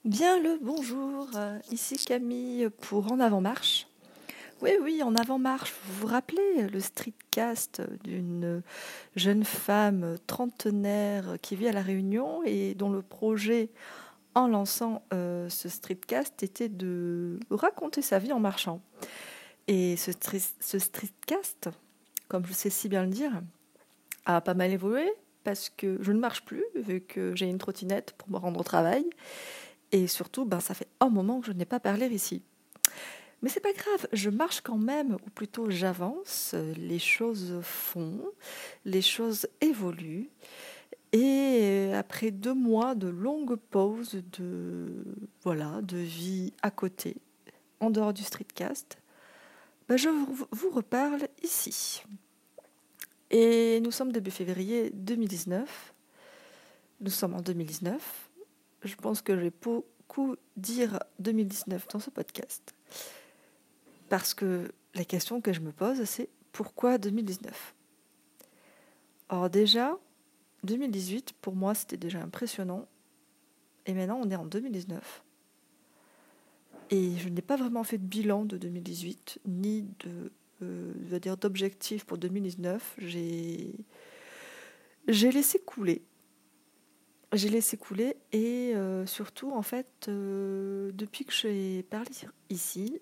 Bien le bonjour, ici Camille pour En Avant-Marche. Oui, En Avant-Marche, vous vous rappelez le streetcast d'une jeune femme trentenaire qui vit à La Réunion et dont le projet en lançant ce streetcast était de raconter sa vie en marchant. Et ce streetcast, comme je sais si bien le dire, a pas mal évolué parce que je ne marche plus vu que j'ai une trottinette pour me rendre au travail. Et surtout, ça fait un moment que je n'ai pas parlé ici. Mais c'est pas grave, je marche quand même, ou plutôt j'avance, les choses font, les choses évoluent. Et après 2 mois de longues pauses de vie à côté, en dehors du streetcast, je vous reparle ici. Et nous sommes début février 2019. Nous sommes en 2019. Je pense que j'ai beaucoup dire 2019 dans ce podcast. Parce que la question que je me pose, c'est pourquoi 2019 ? Or déjà, 2018, pour moi, c'était déjà impressionnant. Et maintenant, on est en 2019. Et je n'ai pas vraiment fait de bilan de 2018, ni d'objectifs pour 2019. J'ai laissé couler. J'ai laissé couler et surtout, en fait, depuis que j'ai parlé ici,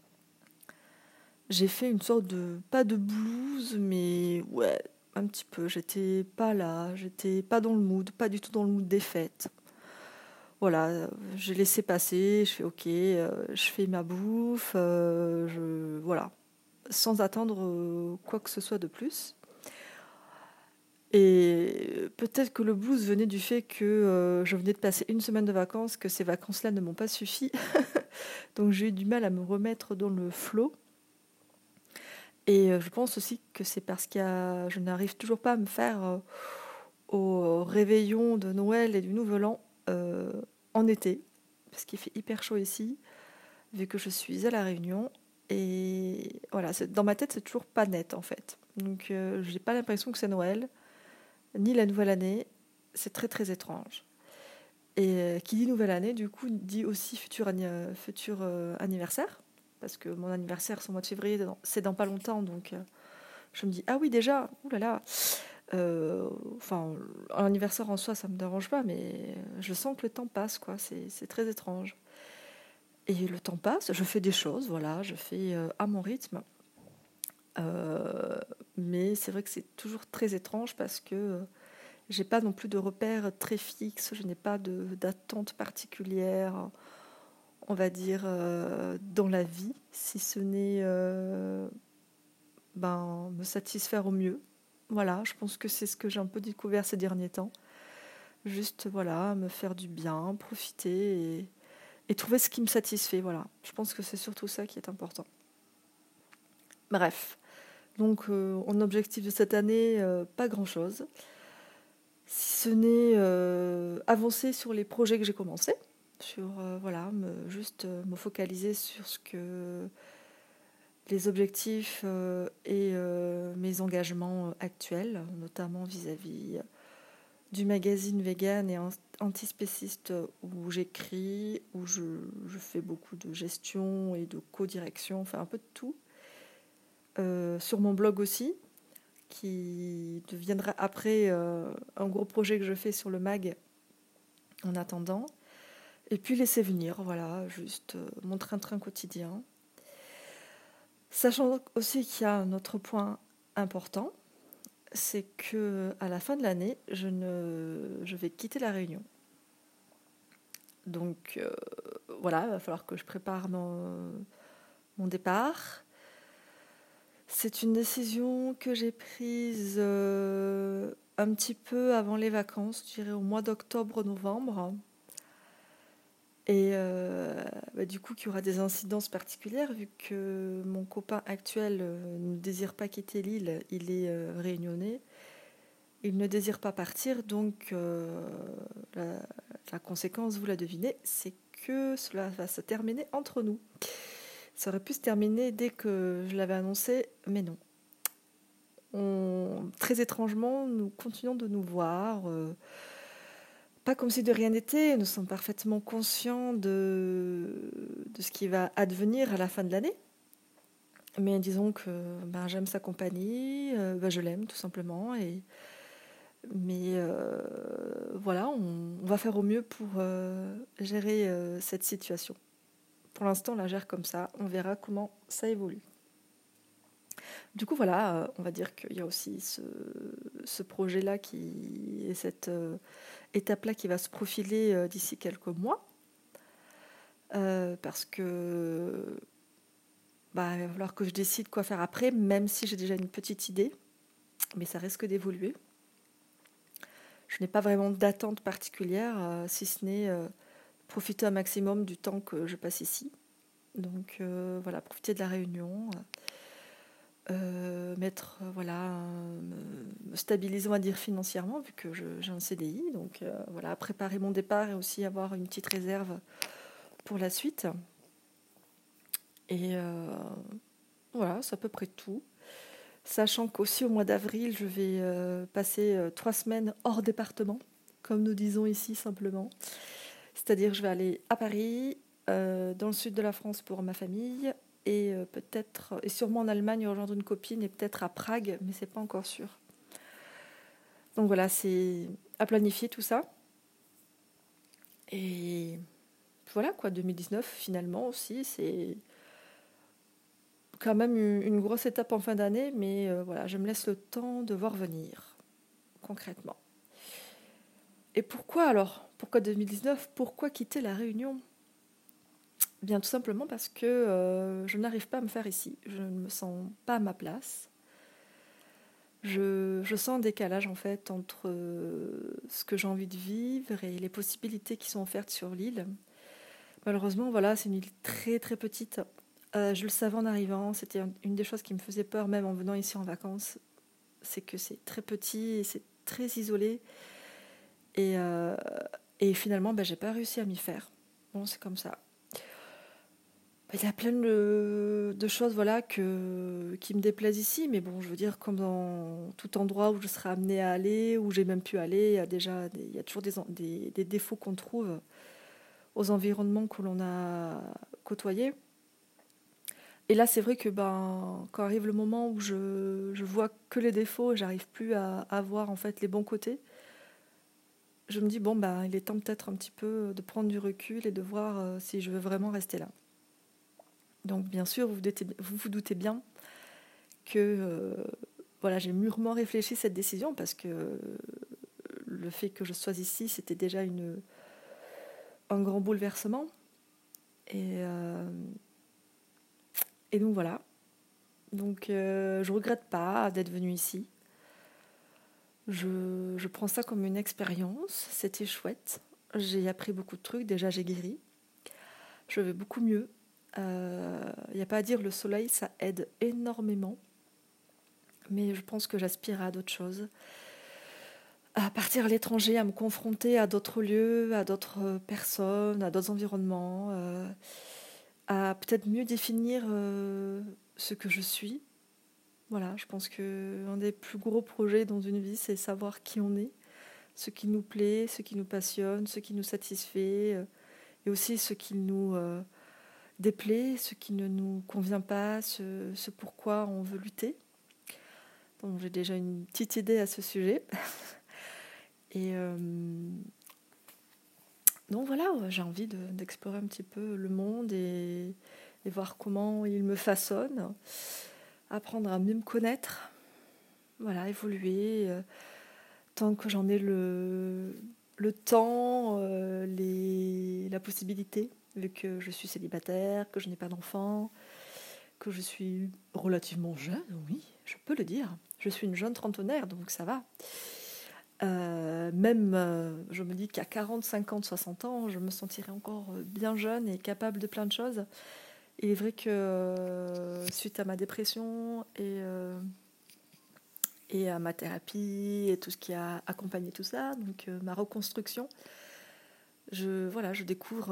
j'ai fait une sorte de, pas de blues, mais ouais, un petit peu. J'étais pas là, j'étais pas dans le mood, pas du tout dans le mood des fêtes. Voilà, j'ai laissé passer, je fais ok, je fais ma bouffe, voilà, sans attendre quoi que ce soit de plus. Et peut-être que le blues venait du fait que je venais de passer une semaine de vacances, que ces vacances-là ne m'ont pas suffi. Donc j'ai eu du mal à me remettre dans le flow. Et je pense aussi que c'est parce que je n'arrive toujours pas à me faire au réveillon de Noël et du Nouvel An en été, parce qu'il fait hyper chaud ici, vu que je suis à La Réunion. Et voilà, dans ma tête, c'est toujours pas net en fait. Donc j'ai pas l'impression que c'est Noël, ni la nouvelle année. C'est très très étrange. Et qui dit nouvelle année, du coup, dit aussi futur anniversaire. Parce que mon anniversaire, c'est au mois de février, c'est dans pas longtemps, donc je me dis, ah oui, déjà, oulala. Enfin, un anniversaire en soi, ça me dérange pas, mais je sens que le temps passe, quoi. C'est très étrange. Et le temps passe, je fais des choses, voilà, je fais à mon rythme. Mais c'est vrai que c'est toujours très étrange parce que j'ai pas non plus de repères très fixes, je n'ai pas d'attente particulière, on va dire, dans la vie, si ce n'est me satisfaire au mieux. Voilà, je pense que c'est ce que j'ai un peu découvert ces derniers temps. Juste, voilà, me faire du bien, profiter et trouver ce qui me satisfait, voilà. Je pense que c'est surtout ça qui est important. Bref, donc mon objectif de cette année, pas grand-chose. Si ce n'est avancer sur les projets que j'ai commencés, sur, juste me focaliser sur ce que les objectifs et mes engagements actuels, notamment vis-à-vis du magazine vegan et antispéciste où j'écris, où je fais beaucoup de gestion et de co-direction, enfin un peu de tout. Sur mon blog aussi, qui deviendra après un gros projet que je fais sur le mag en attendant. Et puis laisser venir, voilà, juste mon train-train quotidien. Sachant aussi qu'il y a un autre point important, c'est que à la fin de l'année, je vais quitter La Réunion. Donc voilà, il va falloir que je prépare mon départ. C'est une décision que j'ai prise un petit peu avant les vacances, je dirais au mois d'octobre-novembre. Et du coup, qu'il y aura des incidences particulières vu que mon copain actuel ne désire pas quitter l'île, il est réunionnais. Il ne désire pas partir, donc la conséquence, vous la devinez, c'est que cela va se terminer entre nous. Ça aurait pu se terminer dès que je l'avais annoncé, mais non. Très étrangement, nous continuons de nous voir pas comme si de rien n'était, nous sommes parfaitement conscients de ce qui va advenir à la fin de l'année. Mais disons que j'aime sa compagnie, je l'aime tout simplement. Mais voilà, on va faire au mieux pour gérer cette situation. Pour l'instant, on la gère comme ça, on verra comment ça évolue. Du coup, voilà, on va dire qu'il y a aussi ce projet-là et cette étape-là qui va se profiler d'ici quelques mois. Parce que il va falloir que je décide quoi faire après, même si j'ai déjà une petite idée. Mais ça risque d'évoluer. Je n'ai pas vraiment d'attente particulière, si ce n'est profiter un maximum du temps que je passe ici. Donc voilà, profiter de la réunion, me stabiliser, on va dire, financièrement, vu que j'ai un CDI. Donc voilà, préparer mon départ et aussi avoir une petite réserve pour la suite. Et voilà, c'est à peu près tout. Sachant qu'aussi au mois d'avril, je vais passer 3 semaines hors département, comme nous disons ici simplement. C'est-à-dire je vais aller à Paris, dans le sud de la France pour ma famille, et peut-être, et sûrement en Allemagne rejoindre une copine, et peut-être à Prague, mais c'est pas encore sûr. Donc voilà, c'est à planifier tout ça. Et voilà quoi, 2019 finalement aussi, c'est quand même une grosse étape en fin d'année, mais voilà, je me laisse le temps de voir venir, concrètement. Et pourquoi alors? Pourquoi 2019? Pourquoi quitter la Réunion? Bien tout simplement parce que je n'arrive pas à me faire ici. Je ne me sens pas à ma place. Je sens un décalage en fait entre ce que j'ai envie de vivre et les possibilités qui sont offertes sur l'île. Malheureusement, voilà, c'est une île très très petite. Je le savais en arrivant, c'était une des choses qui me faisait peur même en venant ici en vacances. C'est que c'est très petit et c'est très isolé. Et finalement, j'ai pas réussi à m'y faire. Bon, c'est comme ça. Il y a plein de choses voilà, qui me déplaisent ici, mais bon, je veux dire, comme dans tout endroit où je serais amenée à aller, où j'ai même pu aller, il y a toujours des défauts qu'on trouve aux environnements que l'on a côtoyés. Et là, c'est vrai que quand arrive le moment où je vois que les défauts et j'arrive plus à voir en fait les bons côtés, je me dis il est temps peut-être un petit peu de prendre du recul et de voir si je veux vraiment rester là. Donc bien sûr, vous vous doutez bien que j'ai mûrement réfléchi cette décision parce que le fait que je sois ici, c'était déjà un grand bouleversement. Et donc voilà. Donc je regrette pas d'être venue ici. Je prends ça comme une expérience. C'était chouette. J'ai appris beaucoup de trucs. Déjà, j'ai guéri. Je vais beaucoup mieux. Il n'y a pas à dire, le soleil, ça aide énormément. Mais je pense que j'aspire à d'autres choses. À partir à l'étranger, à me confronter à d'autres lieux, à d'autres personnes, à d'autres environnements, à peut-être mieux définir ce que je suis. Voilà, je pense qu'un des plus gros projets dans une vie, c'est savoir qui on est, ce qui nous plaît, ce qui nous passionne, ce qui nous satisfait, et aussi ce qui nous déplaît, ce qui ne nous convient pas, ce pourquoi on veut lutter. Donc j'ai déjà une petite idée à ce sujet. Et donc voilà, j'ai envie d'explorer un petit peu le monde et voir comment il me façonne, apprendre à mieux me connaître, voilà, évoluer, tant que j'en ai le temps, la possibilité, vu que je suis célibataire, que je n'ai pas d'enfant, que je suis relativement jeune, oui, je peux le dire. Je suis une jeune trentenaire, donc ça va. Je me dis qu'à 40, 50, 60 ans, je me sentirais encore bien jeune et capable de plein de choses. Il est vrai que suite à ma dépression et à ma thérapie et tout ce qui a accompagné tout ça, donc ma reconstruction, je découvre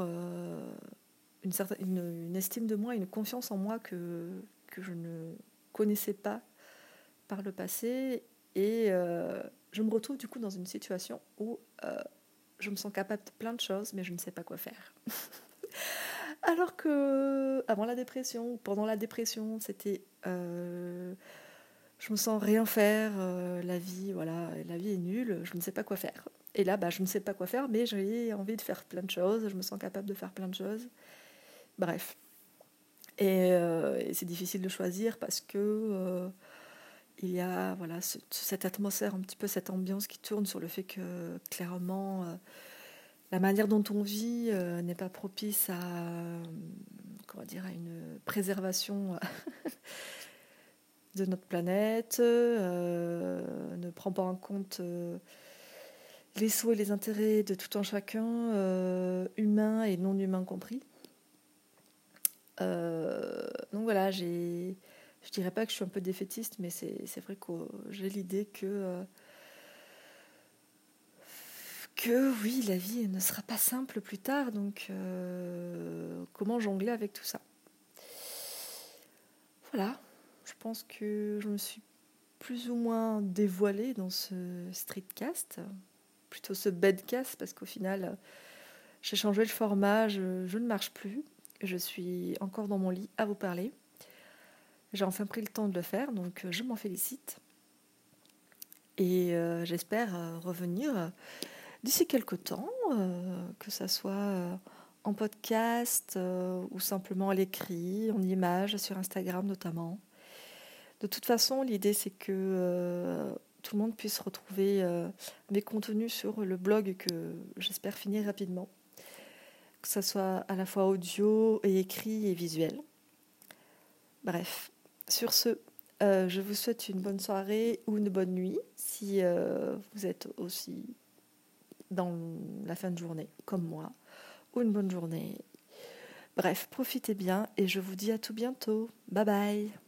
une estime de moi, une confiance en moi que je ne connaissais pas par le passé. Et je me retrouve du coup dans une situation où je me sens capable de plein de choses, mais je ne sais pas quoi faire. Alors que avant la dépression, ou pendant la dépression, c'était je me sens rien faire, la vie, voilà, la vie est nulle, je ne sais pas quoi faire. Et là, je ne sais pas quoi faire, mais j'ai envie de faire plein de choses, je me sens capable de faire plein de choses. Bref. Et c'est difficile de choisir parce que il y a voilà, cette atmosphère, un petit peu cette ambiance qui tourne sur le fait que clairement la manière dont on vit n'est pas propice à, comment dire, à une préservation de notre planète, ne prend pas en compte les souhaits et les intérêts de tout un chacun, humains et non humains compris. Donc voilà, je dirais pas que je suis un peu défaitiste, mais c'est vrai que j'ai l'idée que oui, la vie ne sera pas simple plus tard, donc comment jongler avec tout ça? Voilà, je pense que je me suis plus ou moins dévoilée dans ce streetcast, plutôt ce bedcast, parce qu'au final, j'ai changé le format, je ne marche plus, je suis encore dans mon lit à vous parler. J'ai enfin pris le temps de le faire, donc je m'en félicite. Et j'espère revenir d'ici quelques temps, que ça soit en podcast ou simplement à l'écrit, en images, sur Instagram notamment. De toute façon, l'idée c'est que tout le monde puisse retrouver mes contenus sur le blog que j'espère finir rapidement. Que ça soit à la fois audio et écrit et visuel. Bref, sur ce, je vous souhaite une bonne soirée ou une bonne nuit si vous êtes aussi dans la fin de journée comme moi, ou une bonne journée. Bref, profitez bien et je vous dis à tout bientôt. Bye bye.